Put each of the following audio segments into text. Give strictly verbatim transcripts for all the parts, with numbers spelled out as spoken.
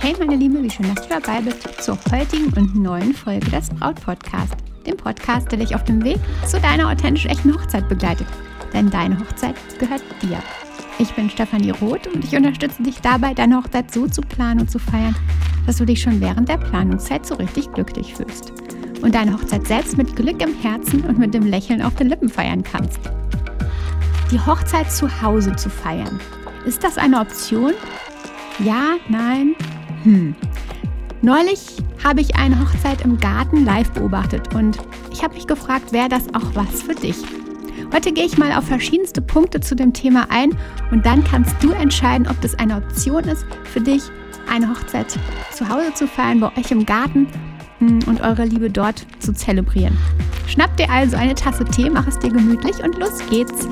Hey meine Liebe, wie schön, dass du dabei bist zur heutigen und neuen Folge des Braut-Podcast. Dem Podcast, der dich auf dem Weg zu deiner authentisch echten Hochzeit begleitet. Denn deine Hochzeit gehört dir. Ich bin Stefanie Roth und ich unterstütze dich dabei, deine Hochzeit so zu planen und zu feiern, dass du dich schon während der Planungszeit so richtig glücklich fühlst. Und deine Hochzeit selbst mit Glück im Herzen und mit dem Lächeln auf den Lippen feiern kannst. Die Hochzeit zu Hause zu feiern. Ist das eine Option? Ja, nein, hm. Neulich habe ich eine Hochzeit im Garten live beobachtet und ich habe mich gefragt, wäre das auch was für dich? Heute gehe ich mal auf verschiedenste Punkte zu dem Thema ein und dann kannst du entscheiden, ob das eine Option ist für dich, eine Hochzeit zu Hause zu feiern, bei euch im Garten und eure Liebe dort zu zelebrieren. Schnapp dir also eine Tasse Tee, mach es dir gemütlich und los geht's!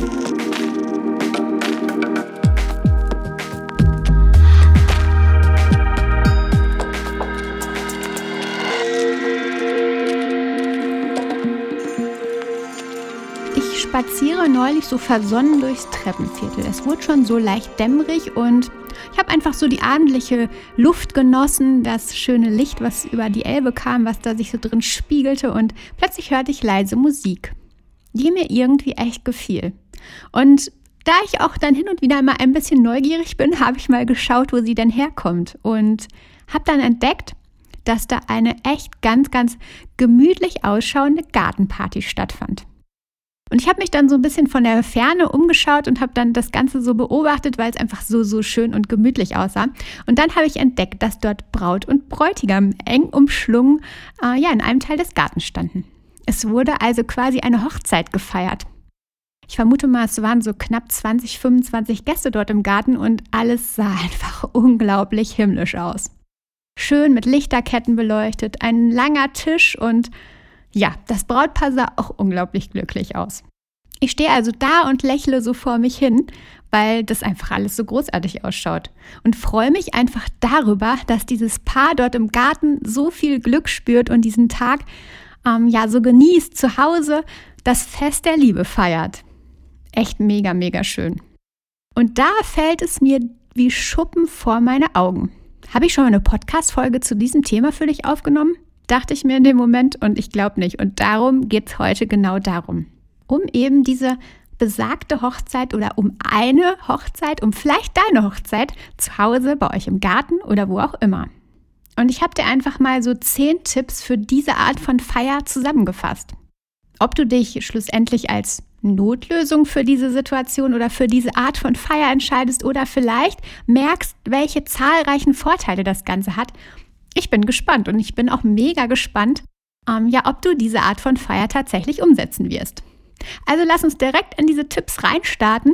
Ich spaziere neulich so versonnen durchs Treppenviertel. Es wurde schon so leicht dämmerig und ich habe einfach so die abendliche Luft genossen, das schöne Licht, was über die Elbe kam, was da sich so drin spiegelte und plötzlich hörte ich leise Musik, die mir irgendwie echt gefiel. Und da ich auch dann hin und wieder mal ein bisschen neugierig bin, habe ich mal geschaut, wo sie denn herkommt und habe dann entdeckt, dass da eine echt ganz, ganz gemütlich ausschauende Gartenparty stattfand. Und ich habe mich dann so ein bisschen von der Ferne umgeschaut und habe dann das Ganze so beobachtet, weil es einfach so, so schön und gemütlich aussah. Und dann habe ich entdeckt, dass dort Braut und Bräutigam eng umschlungen äh, ja, in einem Teil des Gartens standen. Es wurde also quasi eine Hochzeit gefeiert. Ich vermute mal, es waren so knapp zwanzig, fünfundzwanzig Gäste dort im Garten und alles sah einfach unglaublich himmlisch aus. Schön mit Lichterketten beleuchtet, ein langer Tisch und ja, das Brautpaar sah auch unglaublich glücklich aus. Ich stehe also da und lächle so vor mich hin, weil das einfach alles so großartig ausschaut und freue mich einfach darüber, dass dieses Paar dort im Garten so viel Glück spürt und diesen Tag ähm, ja so genießt, zu Hause das Fest der Liebe feiert. Echt mega, mega schön. Und da fällt es mir wie Schuppen vor meine Augen. Habe ich schon mal eine Podcast-Folge zu diesem Thema für dich aufgenommen? Dachte ich mir in dem Moment und ich glaube nicht. Und darum geht es heute genau darum. Um eben diese besagte Hochzeit oder um eine Hochzeit, um vielleicht deine Hochzeit zu Hause, bei euch im Garten oder wo auch immer. Und ich habe dir einfach mal so zehn Tipps für diese Art von Feier zusammengefasst. Ob du dich schlussendlich als Notlösung für diese Situation oder für diese Art von Feier entscheidest oder vielleicht merkst, welche zahlreichen Vorteile das Ganze hat. Ich bin gespannt und ich bin auch mega gespannt, ähm, ja, ob du diese Art von Feier tatsächlich umsetzen wirst. Also lass uns direkt in diese Tipps reinstarten.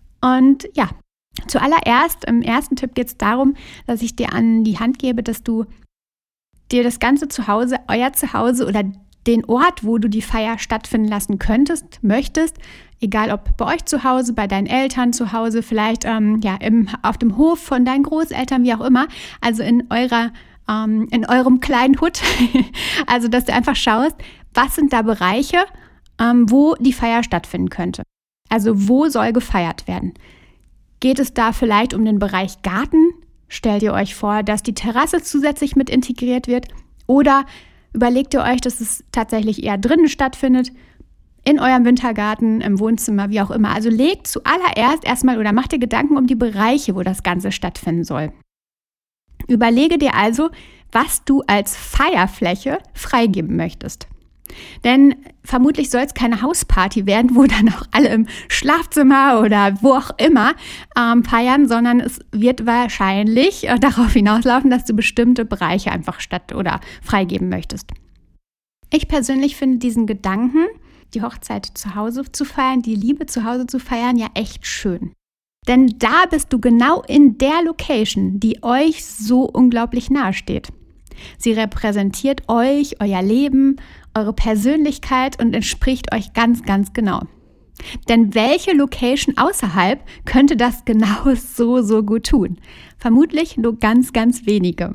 Und ja, zuallererst, im ersten Tipp geht es darum, dass ich dir an die Hand gebe, dass du dir das ganze Zuhause, euer Zuhause oder den Ort, wo du die Feier stattfinden lassen könntest, möchtest, egal ob bei euch zu Hause, bei deinen Eltern zu Hause, vielleicht ähm, ja, im, auf dem Hof von deinen Großeltern, wie auch immer, also in eurer in eurem kleinen Hut, also dass du einfach schaust, was sind da Bereiche, ähm, wo die Feier stattfinden könnte. Also wo soll gefeiert werden? Geht es da vielleicht um den Bereich Garten? Stellt ihr euch vor, dass die Terrasse zusätzlich mit integriert wird? Oder überlegt ihr euch, dass es tatsächlich eher drinnen stattfindet, in eurem Wintergarten, im Wohnzimmer, wie auch immer? Also legt zuallererst erstmal oder macht dir Gedanken um die Bereiche, wo das Ganze stattfinden soll. Überlege dir also, was du als Feierfläche freigeben möchtest. Denn vermutlich soll es keine Hausparty werden, wo dann auch alle im Schlafzimmer oder wo auch immer ähm, feiern, sondern es wird wahrscheinlich äh, darauf hinauslaufen, dass du bestimmte Bereiche einfach statt oder freigeben möchtest. Ich persönlich finde diesen Gedanken, die Hochzeit zu Hause zu feiern, die Liebe zu Hause zu feiern, ja echt schön. Denn da bist du genau in der Location, die euch so unglaublich nahe steht. Sie repräsentiert euch, euer Leben, eure Persönlichkeit und entspricht euch ganz, ganz genau. Denn welche Location außerhalb könnte das genau so, so gut tun? Vermutlich nur ganz, ganz wenige.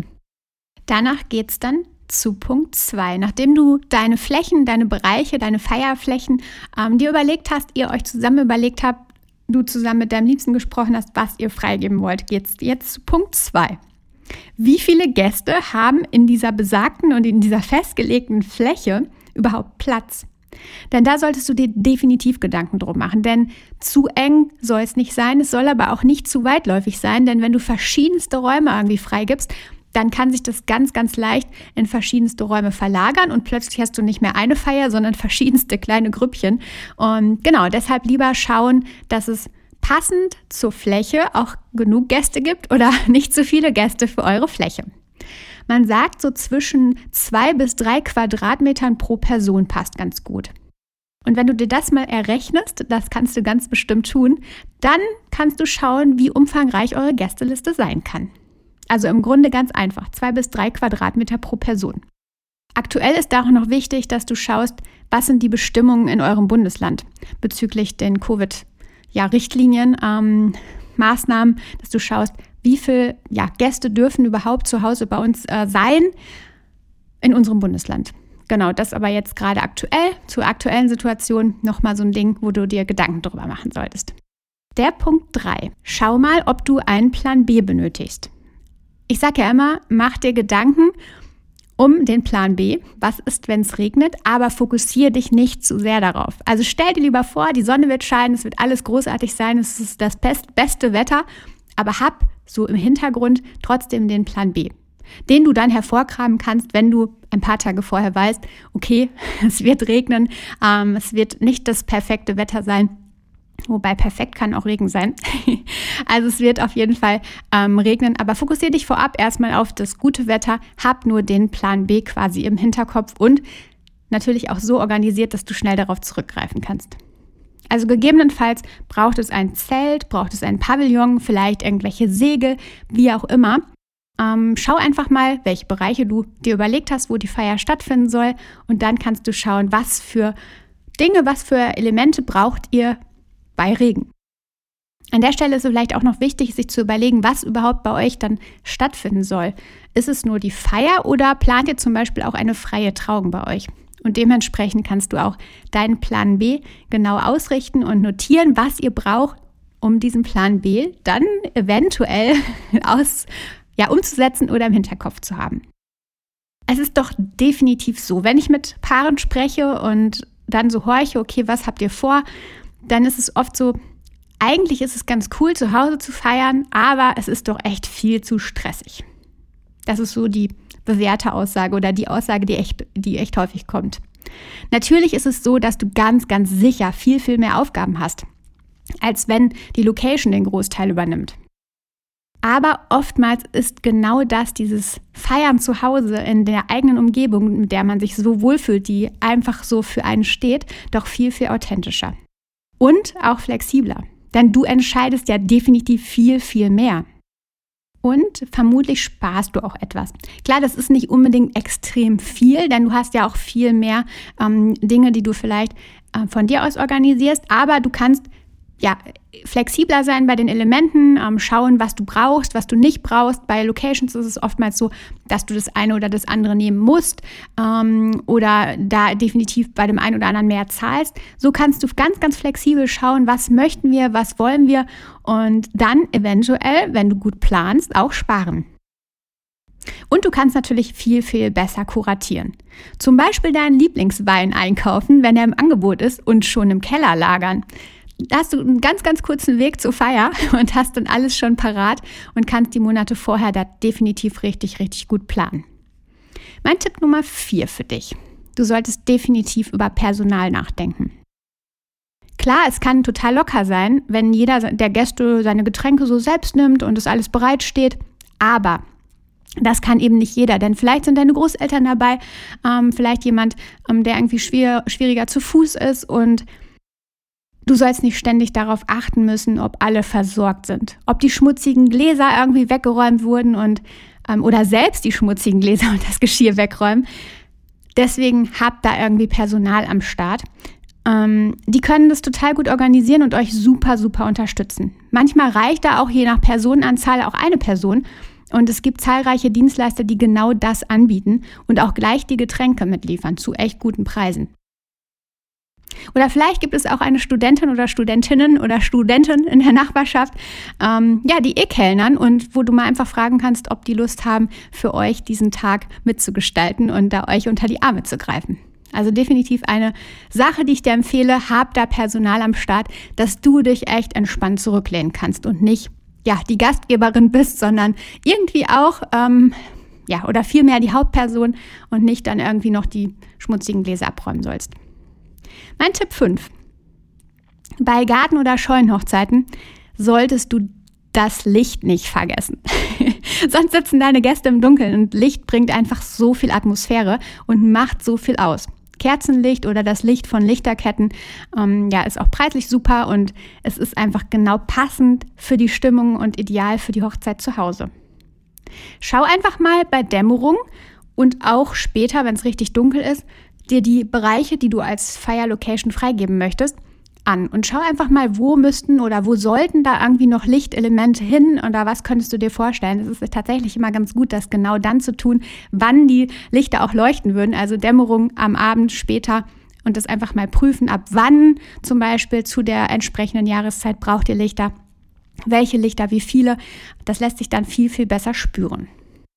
Danach geht's dann zu Punkt zwei. Nachdem du deine Flächen, deine Bereiche, deine Feierflächen ähm, dir überlegt hast, ihr euch zusammen überlegt habt, du zusammen mit deinem Liebsten gesprochen hast, was ihr freigeben wollt, geht's jetzt zu Punkt zwei. Wie viele Gäste haben in dieser besagten und in dieser festgelegten Fläche überhaupt Platz? Denn da solltest du dir definitiv Gedanken drum machen, denn zu eng soll es nicht sein, es soll aber auch nicht zu weitläufig sein, denn wenn du verschiedenste Räume irgendwie freigibst, dann kann sich das ganz, ganz leicht in verschiedenste Räume verlagern und plötzlich hast du nicht mehr eine Feier, sondern verschiedenste kleine Grüppchen. Und genau, deshalb lieber schauen, dass es passend zur Fläche auch genug Gäste gibt oder nicht zu viele Gäste für eure Fläche. Man sagt, so zwischen zwei bis drei Quadratmetern pro Person passt ganz gut. Und wenn du dir das mal errechnest, das kannst du ganz bestimmt tun, dann kannst du schauen, wie umfangreich eure Gästeliste sein kann. Also im Grunde ganz einfach, zwei bis drei Quadratmeter pro Person. Aktuell ist da auch noch wichtig, dass du schaust, was sind die Bestimmungen in eurem Bundesland bezüglich den Covid-Richtlinien, ja, ähm, Maßnahmen, dass du schaust, wie viele ja, Gäste dürfen überhaupt zu Hause bei uns äh, sein in unserem Bundesland. Genau, das aber jetzt gerade aktuell, zur aktuellen Situation nochmal so ein Ding, wo du dir Gedanken drüber machen solltest. Der Punkt drei. Schau mal, ob du einen Plan B benötigst. Ich sage ja immer, mach dir Gedanken um den Plan B. Was ist, wenn es regnet? Aber fokussiere dich nicht zu sehr darauf. Also stell dir lieber vor, die Sonne wird scheinen, es wird alles großartig sein, es ist das best, beste Wetter, aber hab so im Hintergrund trotzdem den Plan B, den du dann hervorkramen kannst, wenn du ein paar Tage vorher weißt, okay, es wird regnen, ähm, es wird nicht das perfekte Wetter sein, wobei perfekt kann auch Regen sein. Also es wird auf jeden Fall ähm, regnen, aber fokussiere dich vorab erstmal auf das gute Wetter, hab nur den Plan B quasi im Hinterkopf und natürlich auch so organisiert, dass du schnell darauf zurückgreifen kannst. Also gegebenenfalls braucht es ein Zelt, braucht es ein Pavillon, vielleicht irgendwelche Segel, wie auch immer. Ähm, schau einfach mal, welche Bereiche du dir überlegt hast, wo die Feier stattfinden soll und dann kannst du schauen, was für Dinge, was für Elemente braucht ihr bei Regen. An der Stelle ist es vielleicht auch noch wichtig, sich zu überlegen, was überhaupt bei euch dann stattfinden soll. Ist es nur die Feier oder plant ihr zum Beispiel auch eine freie Trauung bei euch? Und dementsprechend kannst du auch deinen Plan B genau ausrichten und notieren, was ihr braucht, um diesen Plan B dann eventuell aus, ja, umzusetzen oder im Hinterkopf zu haben. Es ist doch definitiv so, wenn ich mit Paaren spreche und dann so horche, okay, was habt ihr vor? Dann ist es oft so, eigentlich ist es ganz cool, zu Hause zu feiern, aber es ist doch echt viel zu stressig. Das ist so die bewährte Aussage oder die Aussage, die echt, die echt häufig kommt. Natürlich ist es so, dass du ganz, ganz sicher viel, viel mehr Aufgaben hast, als wenn die Location den Großteil übernimmt. Aber oftmals ist genau das, dieses Feiern zu Hause in der eigenen Umgebung, mit der man sich so wohlfühlt, die einfach so für einen steht, doch viel, viel authentischer. Und auch flexibler, denn du entscheidest ja definitiv viel, viel mehr. Und vermutlich sparst du auch etwas. Klar, das ist nicht unbedingt extrem viel, denn du hast ja auch viel mehr ähm, Dinge, die du vielleicht äh, von dir aus organisierst, aber du kannst ja flexibler sein bei den Elementen, ähm, schauen, was du brauchst, was du nicht brauchst. Bei Locations ist es oftmals so, dass du das eine oder das andere nehmen musst ähm, oder da definitiv bei dem einen oder anderen mehr zahlst. So kannst du ganz, ganz flexibel schauen, was möchten wir, was wollen wir und dann eventuell, wenn du gut planst, auch sparen. Und du kannst natürlich viel, viel besser kuratieren. Zum Beispiel deinen Lieblingswein einkaufen, wenn er im Angebot ist und schon im Keller lagern. Da hast du einen ganz, ganz kurzen Weg zur Feier und hast dann alles schon parat und kannst die Monate vorher da definitiv richtig, richtig gut planen. Mein Tipp Nummer vier für dich. Du solltest definitiv über Personal nachdenken. Klar, es kann total locker sein, wenn jeder der Gäste seine Getränke so selbst nimmt und es alles bereitsteht, aber das kann eben nicht jeder, denn vielleicht sind deine Großeltern dabei, ähm, vielleicht jemand, ähm, der irgendwie schwer, schwieriger zu Fuß ist und du sollst nicht ständig darauf achten müssen, ob alle versorgt sind, ob die schmutzigen Gläser irgendwie weggeräumt wurden und ähm, oder selbst die schmutzigen Gläser und das Geschirr wegräumen. Deswegen habt da irgendwie Personal am Start. Ähm, die können das total gut organisieren und euch super, super unterstützen. Manchmal reicht da auch je nach Personenanzahl auch eine Person und es gibt zahlreiche Dienstleister, die genau das anbieten und auch gleich die Getränke mitliefern zu echt guten Preisen. Oder vielleicht gibt es auch eine Studentin oder Studentinnen oder Studenten in der Nachbarschaft, ähm, ja, die eh kellnern und wo du mal einfach fragen kannst, ob die Lust haben, für euch diesen Tag mitzugestalten und da euch unter die Arme zu greifen. Also definitiv eine Sache, die ich dir empfehle, hab da Personal am Start, dass du dich echt entspannt zurücklehnen kannst und nicht ja, die Gastgeberin bist, sondern irgendwie auch, ähm, ja, oder vielmehr die Hauptperson und nicht dann irgendwie noch die schmutzigen Gläser abräumen sollst. Mein Tipp fünf. Bei Garten- oder Scheunenhochzeiten solltest du das Licht nicht vergessen. Sonst sitzen deine Gäste im Dunkeln und Licht bringt einfach so viel Atmosphäre und macht so viel aus. Kerzenlicht oder das Licht von Lichterketten, ähm, ja, ist auch preislich super und es ist einfach genau passend für die Stimmung und ideal für die Hochzeit zu Hause. Schau einfach mal bei Dämmerung und auch später, wenn es richtig dunkel ist, dir die Bereiche, die du als Feierlocation freigeben möchtest, an und schau einfach mal, wo müssten oder wo sollten da irgendwie noch Lichtelemente hin oder was könntest du dir vorstellen. Es ist tatsächlich immer ganz gut, das genau dann zu tun, wann die Lichter auch leuchten würden, also Dämmerung am Abend später und das einfach mal prüfen, ab wann zum Beispiel zu der entsprechenden Jahreszeit braucht ihr Lichter, welche Lichter, wie viele, das lässt sich dann viel, viel besser spüren.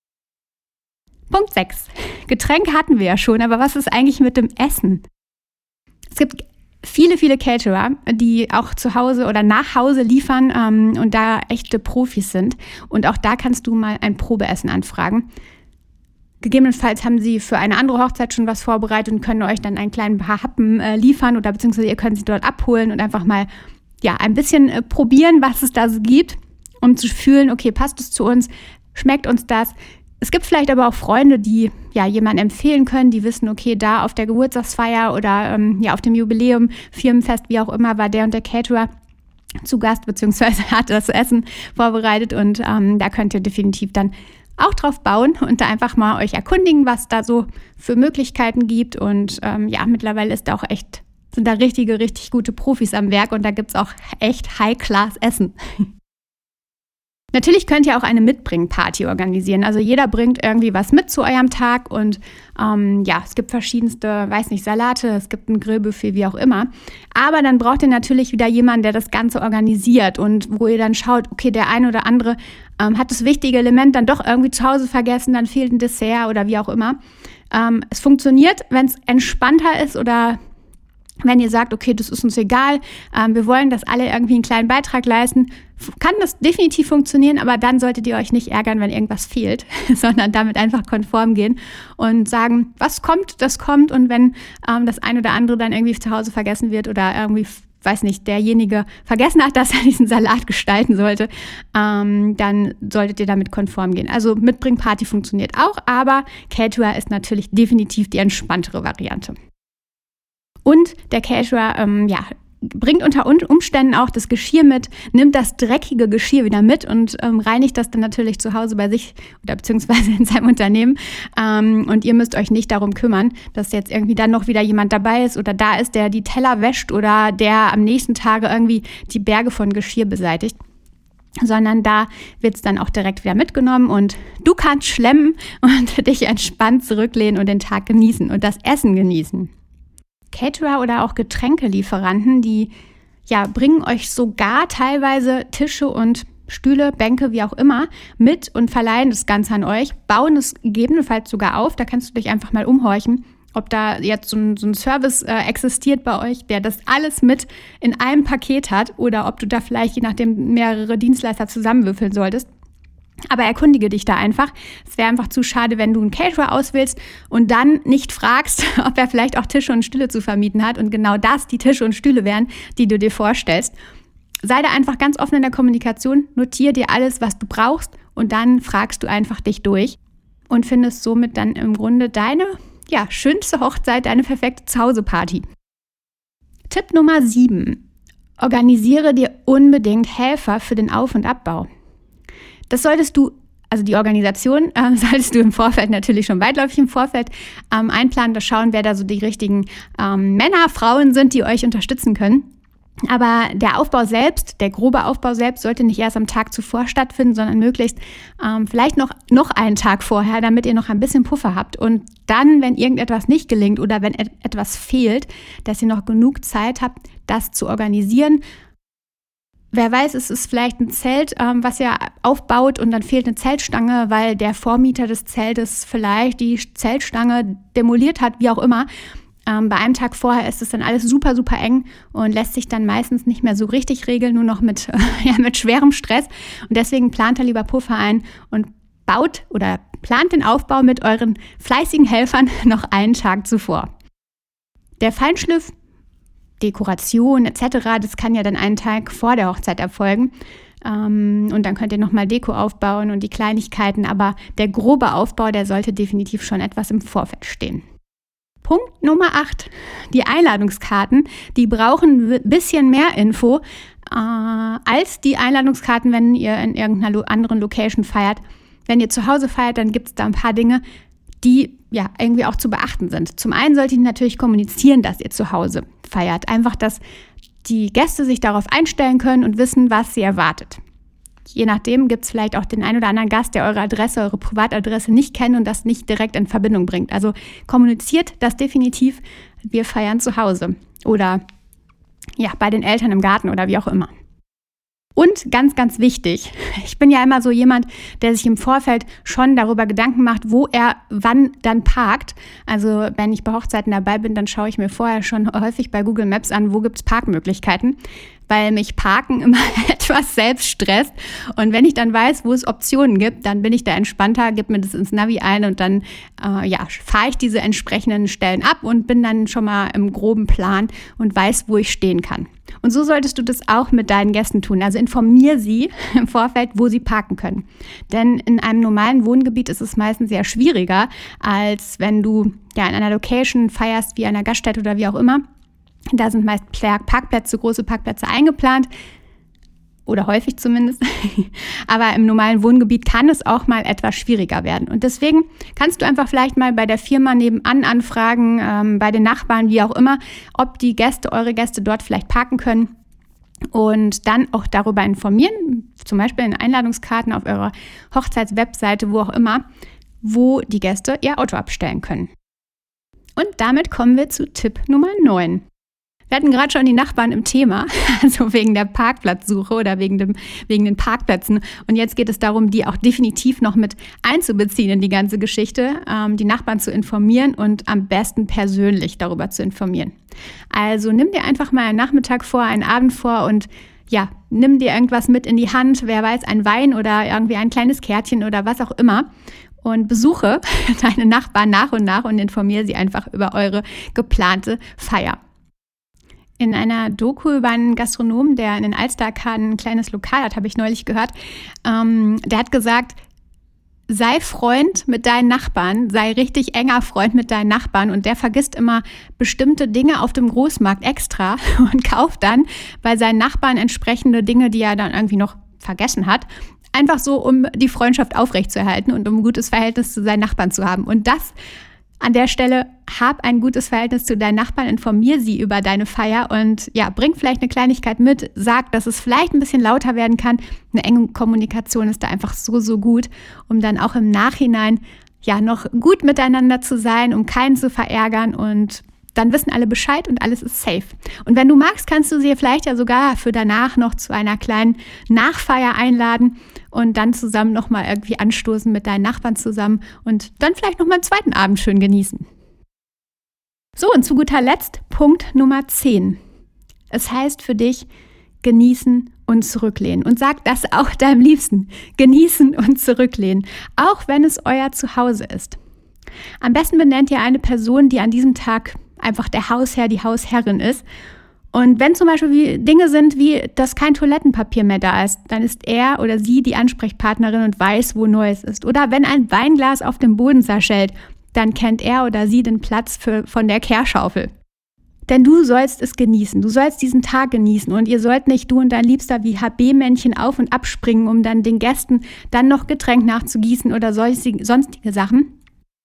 Punkt sechs. Getränke hatten wir ja schon, aber was ist eigentlich mit dem Essen? Es gibt viele, viele Caterer, die auch zu Hause oder nach Hause liefern ähm, und da echte Profis sind. Und auch da kannst du mal ein Probeessen anfragen. Gegebenenfalls haben sie für eine andere Hochzeit schon was vorbereitet und können euch dann einen kleinen paar Happen äh, liefern oder beziehungsweise ihr könnt sie dort abholen und einfach mal ja, ein bisschen äh, probieren, was es da so gibt, um zu fühlen, okay, passt es zu uns, schmeckt uns das? Es gibt vielleicht aber auch Freunde, die ja jemanden empfehlen können, die wissen, okay, da auf der Geburtstagsfeier oder ähm, ja auf dem Jubiläum, Firmenfest, wie auch immer, war der und der Caterer zu Gast, beziehungsweise hat das Essen vorbereitet und ähm, da könnt ihr definitiv dann auch drauf bauen und da einfach mal euch erkundigen, was da so für Möglichkeiten gibt und ähm, ja, mittlerweile ist da auch echt, sind da richtige, richtig gute Profis am Werk und da gibt es auch echt High-Class-Essen. Natürlich könnt ihr auch eine Mitbringen-Party organisieren. Also jeder bringt irgendwie was mit zu eurem Tag und ähm, ja, es gibt verschiedenste, weiß nicht, Salate, es gibt ein Grillbuffet, wie auch immer. Aber dann braucht ihr natürlich wieder jemanden, der das Ganze organisiert und wo ihr dann schaut, okay, der eine oder andere ähm, hat das wichtige Element dann doch irgendwie zu Hause vergessen, dann fehlt ein Dessert oder wie auch immer. Ähm, es funktioniert, wenn es entspannter ist oder wenn ihr sagt, okay, das ist uns egal, ähm, wir wollen, dass alle irgendwie einen kleinen Beitrag leisten, kann das definitiv funktionieren, aber dann solltet ihr euch nicht ärgern, wenn irgendwas fehlt, sondern damit einfach konform gehen und sagen, was kommt, das kommt und wenn ähm, das ein oder andere dann irgendwie zu Hause vergessen wird oder irgendwie, weiß nicht, derjenige vergessen hat, dass er diesen Salat gestalten sollte, ähm, dann solltet ihr damit konform gehen. Also Mitbringparty funktioniert auch, aber Caterer ist natürlich definitiv die entspanntere Variante. Und der Caterer, ähm, ja, bringt unter Umständen auch das Geschirr mit, nimmt das dreckige Geschirr wieder mit und ähm, reinigt das dann natürlich zu Hause bei sich oder beziehungsweise in seinem Unternehmen. Ähm, und ihr müsst euch nicht darum kümmern, dass jetzt irgendwie dann noch wieder jemand dabei ist oder da ist, der die Teller wäscht oder der am nächsten Tage irgendwie die Berge von Geschirr beseitigt. Sondern da wird es dann auch direkt wieder mitgenommen und du kannst schlemmen und dich entspannt zurücklehnen und den Tag genießen und das Essen genießen. Caterer oder auch Getränkelieferanten, die ja, bringen euch sogar teilweise Tische und Stühle, Bänke, wie auch immer, mit und verleihen das Ganze an euch, bauen es gegebenenfalls sogar auf. Da kannst du dich einfach mal umhorchen, ob da jetzt so ein, so ein Service äh, existiert bei euch, der das alles mit in einem Paket hat oder ob du da vielleicht je nachdem mehrere Dienstleister zusammenwürfeln solltest. Aber erkundige dich da einfach. Es wäre einfach zu schade, wenn du einen Caterer auswählst und dann nicht fragst, ob er vielleicht auch Tische und Stühle zu vermieten hat und genau das die Tische und Stühle wären, die du dir vorstellst. Sei da einfach ganz offen in der Kommunikation, notiere dir alles, was du brauchst und dann fragst du einfach dich durch und findest somit dann im Grunde deine ja, schönste Hochzeit, deine perfekte Zuhause-Party. Tipp Nummer sieben. Organisiere dir unbedingt Helfer für den Auf- und Abbau. Das solltest du, also die Organisation, äh, solltest du im Vorfeld natürlich schon weitläufig im Vorfeld ähm, einplanen, da schauen, wer da so die richtigen ähm, Männer, Frauen sind, die euch unterstützen können. Aber der Aufbau selbst, der grobe Aufbau selbst, sollte nicht erst am Tag zuvor stattfinden, sondern möglichst ähm, vielleicht noch, noch einen Tag vorher, damit ihr noch ein bisschen Puffer habt. Und dann, wenn irgendetwas nicht gelingt oder wenn et- etwas fehlt, dass ihr noch genug Zeit habt, das zu organisieren. Wer weiß, es ist vielleicht ein Zelt, ähm, was ihr aufbaut und dann fehlt eine Zeltstange, weil der Vormieter des Zeltes vielleicht die Zeltstange demoliert hat, wie auch immer. Ähm, bei einem Tag vorher ist es dann alles super, super eng und lässt sich dann meistens nicht mehr so richtig regeln, nur noch mit, ja, mit schwerem Stress. Und deswegen plant da lieber Puffer ein und baut oder plant den Aufbau mit euren fleißigen Helfern noch einen Tag zuvor. Der Feinschliff, Dekoration et cetera, das kann ja dann einen Tag vor der Hochzeit erfolgen. Ähm, und dann könnt ihr nochmal Deko aufbauen und die Kleinigkeiten. Aber der grobe Aufbau, der sollte definitiv schon etwas im Vorfeld stehen. Punkt Nummer acht, die Einladungskarten, die brauchen ein bisschen mehr Info äh, als die Einladungskarten, wenn ihr in irgendeiner lo- anderen Location feiert. Wenn ihr zu Hause feiert, dann gibt es da ein paar Dinge, die ja irgendwie auch zu beachten sind. Zum einen solltet ihr natürlich kommunizieren, dass ihr zu Hause feiert. Einfach, dass die Gäste sich darauf einstellen können und wissen, was sie erwartet. Je nachdem gibt es vielleicht auch den einen oder anderen Gast, der eure Adresse, eure Privatadresse nicht kennt und das nicht direkt in Verbindung bringt. Also kommuniziert das definitiv, wir feiern zu Hause oder ja, bei den Eltern im Garten oder wie auch immer. Und ganz, ganz wichtig, ich bin ja immer so jemand, der sich im Vorfeld schon darüber Gedanken macht, wo er wann dann parkt. Also wenn ich bei Hochzeiten dabei bin, dann schaue ich mir vorher schon häufig bei Google Maps an, wo gibt es Parkmöglichkeiten, weil mich Parken immer etwas selbst stresst. Und wenn ich dann weiß, wo es Optionen gibt, dann bin ich da entspannter, gebe mir das ins Navi ein und dann äh, ja, fahre ich diese entsprechenden Stellen ab und bin dann schon mal im groben Plan und weiß, wo ich stehen kann. Und so solltest du das auch mit deinen Gästen tun. Also informier sie im Vorfeld, wo sie parken können. Denn in einem normalen Wohngebiet ist es meistens sehr schwieriger, als wenn du ja in einer Location feierst, wie einer Gaststätte oder wie auch immer. Da sind meist Parkplätze, große Parkplätze eingeplant. Oder häufig zumindest. Aber im normalen Wohngebiet kann es auch mal etwas schwieriger werden. Und deswegen kannst du einfach vielleicht mal bei der Firma nebenan anfragen, ähm, bei den Nachbarn, wie auch immer, ob die Gäste, eure Gäste dort vielleicht parken können. Und dann auch darüber informieren, zum Beispiel in Einladungskarten auf eurer Hochzeitswebseite, wo auch immer, wo die Gäste ihr Auto abstellen können. Und damit kommen wir zu Tipp Nummer neun. Wir hatten gerade schon die Nachbarn im Thema, also wegen der Parkplatzsuche oder wegen, dem, wegen den Parkplätzen. Und jetzt geht es darum, die auch definitiv noch mit einzubeziehen in die ganze Geschichte, ähm, die Nachbarn zu informieren und am besten persönlich darüber zu informieren. Also nimm dir einfach mal einen Nachmittag vor, einen Abend vor und ja, nimm dir irgendwas mit in die Hand, wer weiß, ein Wein oder irgendwie ein kleines Kärtchen oder was auch immer. Und besuche deine Nachbarn nach und nach und informiere sie einfach über eure geplante Feier. In einer Doku über einen Gastronomen, der in den Alsterarkaden ein kleines Lokal hat, habe ich neulich gehört, ähm, der hat gesagt, sei Freund mit deinen Nachbarn, sei richtig enger Freund mit deinen Nachbarn und der vergisst immer bestimmte Dinge auf dem Großmarkt extra und kauft dann bei seinen Nachbarn entsprechende Dinge, die er dann irgendwie noch vergessen hat, einfach so, um die Freundschaft aufrechtzuerhalten und um ein gutes Verhältnis zu seinen Nachbarn zu haben. Und das an der Stelle, hab ein gutes Verhältnis zu deinen Nachbarn, informier sie über deine Feier und ja, bring vielleicht eine Kleinigkeit mit, sag, dass es vielleicht ein bisschen lauter werden kann. Eine enge Kommunikation ist da einfach so, so gut, um dann auch im Nachhinein ja noch gut miteinander zu sein, um keinen zu verärgern und dann wissen alle Bescheid und alles ist safe. Und wenn du magst, kannst du sie vielleicht ja sogar für danach noch zu einer kleinen Nachfeier einladen und dann zusammen nochmal irgendwie anstoßen mit deinen Nachbarn zusammen und dann vielleicht nochmal einen zweiten Abend schön genießen. So, und zu guter Letzt Punkt Nummer zehn. Es heißt für dich, genießen und zurücklehnen. Und sag das auch deinem Liebsten. Genießen und zurücklehnen, auch wenn es euer Zuhause ist. Am besten benennt ihr eine Person, die an diesem Tag einfach der Hausherr, die Hausherrin ist. Und wenn zum Beispiel wie Dinge sind, wie dass kein Toilettenpapier mehr da ist, dann ist er oder sie die Ansprechpartnerin und weiß, wo Neues ist. Oder wenn ein Weinglas auf dem Boden zerschellt, dann kennt er oder sie den Platz für, von der Kehrschaufel. Denn du sollst es genießen, du sollst diesen Tag genießen und ihr sollt nicht, du und dein Liebster, wie H B-Männchen auf- und abspringen, um dann den Gästen dann noch Getränk nachzugießen oder sonstige Sachen.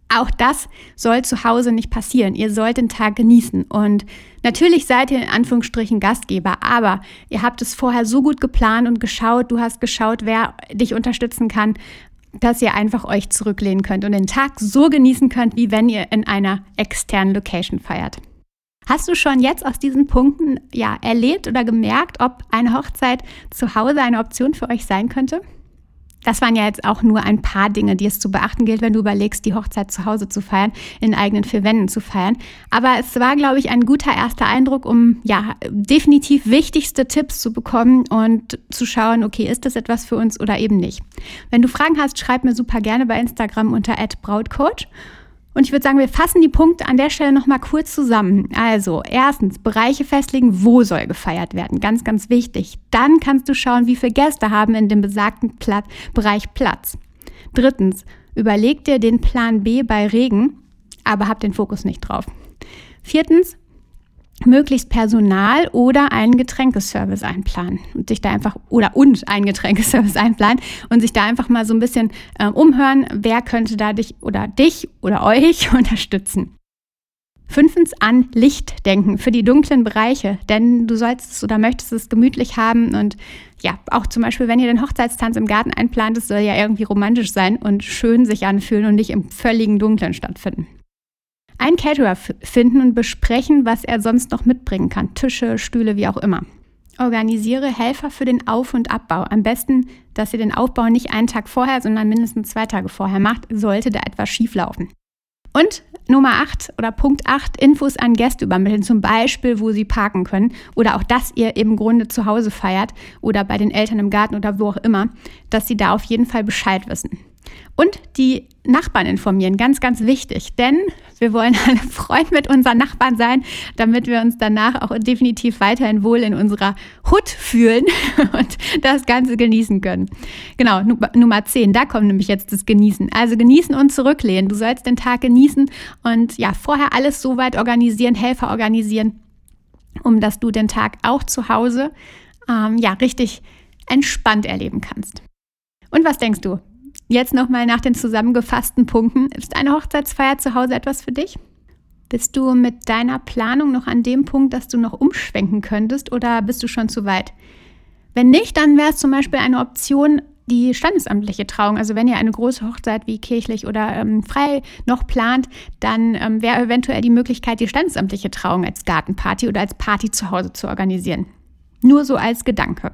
Auch das soll zu Hause nicht passieren. Ihr sollt den Tag genießen. Und natürlich seid ihr in Anführungsstrichen Gastgeber, aber ihr habt es vorher so gut geplant und geschaut, du hast geschaut, wer dich unterstützen kann, dass ihr einfach euch zurücklehnen könnt und den Tag so genießen könnt, wie wenn ihr in einer externen Location feiert. Hast du schon jetzt aus diesen Punkten ja erlebt oder gemerkt, ob eine Hochzeit zu Hause eine Option für euch sein könnte? Das waren ja jetzt auch nur ein paar Dinge, die es zu beachten gilt, wenn du überlegst, die Hochzeit zu Hause zu feiern, in eigenen vier Wänden zu feiern. Aber es war, glaube ich, ein guter erster Eindruck, um ja definitiv wichtigste Tipps zu bekommen und zu schauen, okay, ist das etwas für uns oder eben nicht. Wenn du Fragen hast, schreib mir super gerne bei Instagram unter at brautcoach. Und ich würde sagen, wir fassen die Punkte an der Stelle nochmal kurz zusammen. Also erstens, Bereiche festlegen, wo soll gefeiert werden. Ganz, ganz wichtig. Dann kannst du schauen, wie viele Gäste haben in dem besagten Platz, Bereich Platz. Drittens, überleg dir den Plan B bei Regen, aber hab den Fokus nicht drauf. Viertens, möglichst Personal oder einen Getränkeservice einplanen und sich da einfach oder und einen Getränkeservice einplanen und sich da einfach mal so ein bisschen äh, umhören, wer könnte da dich oder dich oder euch unterstützen. Fünftens, an Licht denken für die dunklen Bereiche, denn du sollst es oder möchtest es gemütlich haben und ja, auch zum Beispiel, wenn ihr den Hochzeitstanz im Garten einplant, es soll ja irgendwie romantisch sein und schön sich anfühlen und nicht im völligen Dunklen stattfinden. Einen Caterer f- finden und besprechen, was er sonst noch mitbringen kann. Tische, Stühle, wie auch immer. Organisiere Helfer für den Auf- und Abbau. Am besten, dass ihr den Aufbau nicht einen Tag vorher, sondern mindestens zwei Tage vorher macht, sollte da etwas schief laufen. Und Nummer acht oder Punkt acht, Infos an Gäste übermitteln, zum Beispiel, wo sie parken können oder auch, dass ihr im Grunde zu Hause feiert oder bei den Eltern im Garten oder wo auch immer, dass sie da auf jeden Fall Bescheid wissen. Und die Nachbarn informieren, ganz, ganz wichtig, denn wir wollen alle Freund mit unseren Nachbarn sein, damit wir uns danach auch definitiv weiterhin wohl in unserer Hut fühlen und das Ganze genießen können. Genau, Nummer zehn, da kommt nämlich jetzt das Genießen. Also genießen und zurücklehnen. Du sollst den Tag genießen und ja, vorher alles so weit organisieren, Helfer organisieren, um dass du den Tag auch zu Hause ähm, ja, richtig entspannt erleben kannst. Und was denkst du? Jetzt nochmal nach den zusammengefassten Punkten. Ist eine Hochzeitsfeier zu Hause etwas für dich? Bist du mit deiner Planung noch an dem Punkt, dass du noch umschwenken könntest oder bist du schon zu weit? Wenn nicht, dann wäre es zum Beispiel eine Option, die standesamtliche Trauung. Also wenn ihr eine große Hochzeit wie kirchlich oder ähm, frei noch plant, dann ähm, wäre eventuell die Möglichkeit, die standesamtliche Trauung als Gartenparty oder als Party zu Hause zu organisieren. Nur so als Gedanke.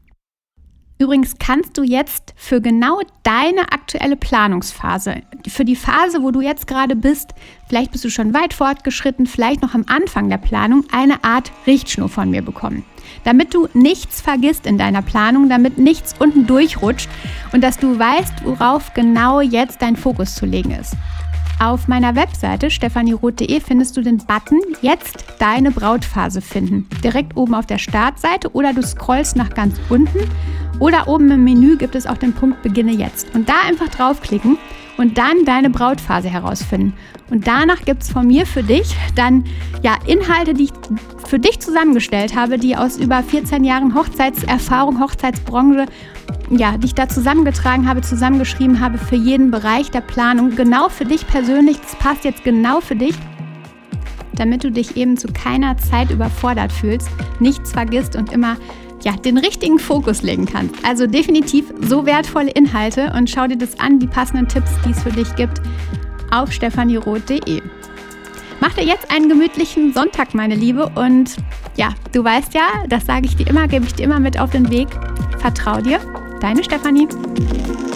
Übrigens kannst du jetzt für genau deine aktuelle Planungsphase, für die Phase, wo du jetzt gerade bist, vielleicht bist du schon weit fortgeschritten, vielleicht noch am Anfang der Planung, eine Art Richtschnur von mir bekommen. Damit du nichts vergisst in deiner Planung, damit nichts unten durchrutscht und dass du weißt, worauf genau jetzt dein Fokus zu legen ist. Auf meiner Webseite stephanieroth punkt de findest du den Button Jetzt deine Brautphase finden. Direkt oben auf der Startseite oder du scrollst nach ganz unten oder oben im Menü gibt es auch den Punkt Beginne jetzt. Und da einfach draufklicken und dann deine Brautphase herausfinden. Und danach gibt es von mir für dich dann ja Inhalte, die ich für dich zusammengestellt habe, die aus über vierzehn Jahren Hochzeitserfahrung, Hochzeitsbranche, ja, die ich da zusammengetragen habe, zusammengeschrieben habe für jeden Bereich der Planung. Genau für dich persönlich, das passt jetzt genau für dich, damit du dich eben zu keiner Zeit überfordert fühlst, nichts vergisst und immer ja, den richtigen Fokus legen kannst. Also definitiv so wertvolle Inhalte und schau dir das an, die passenden Tipps, die es für dich gibt, auf stephanieroth punkt de. Mach dir jetzt einen gemütlichen Sonntag, meine Liebe, und ja, du weißt ja, das sage ich dir immer, gebe ich dir immer mit auf den Weg. Vertrau dir, deine Stefanie.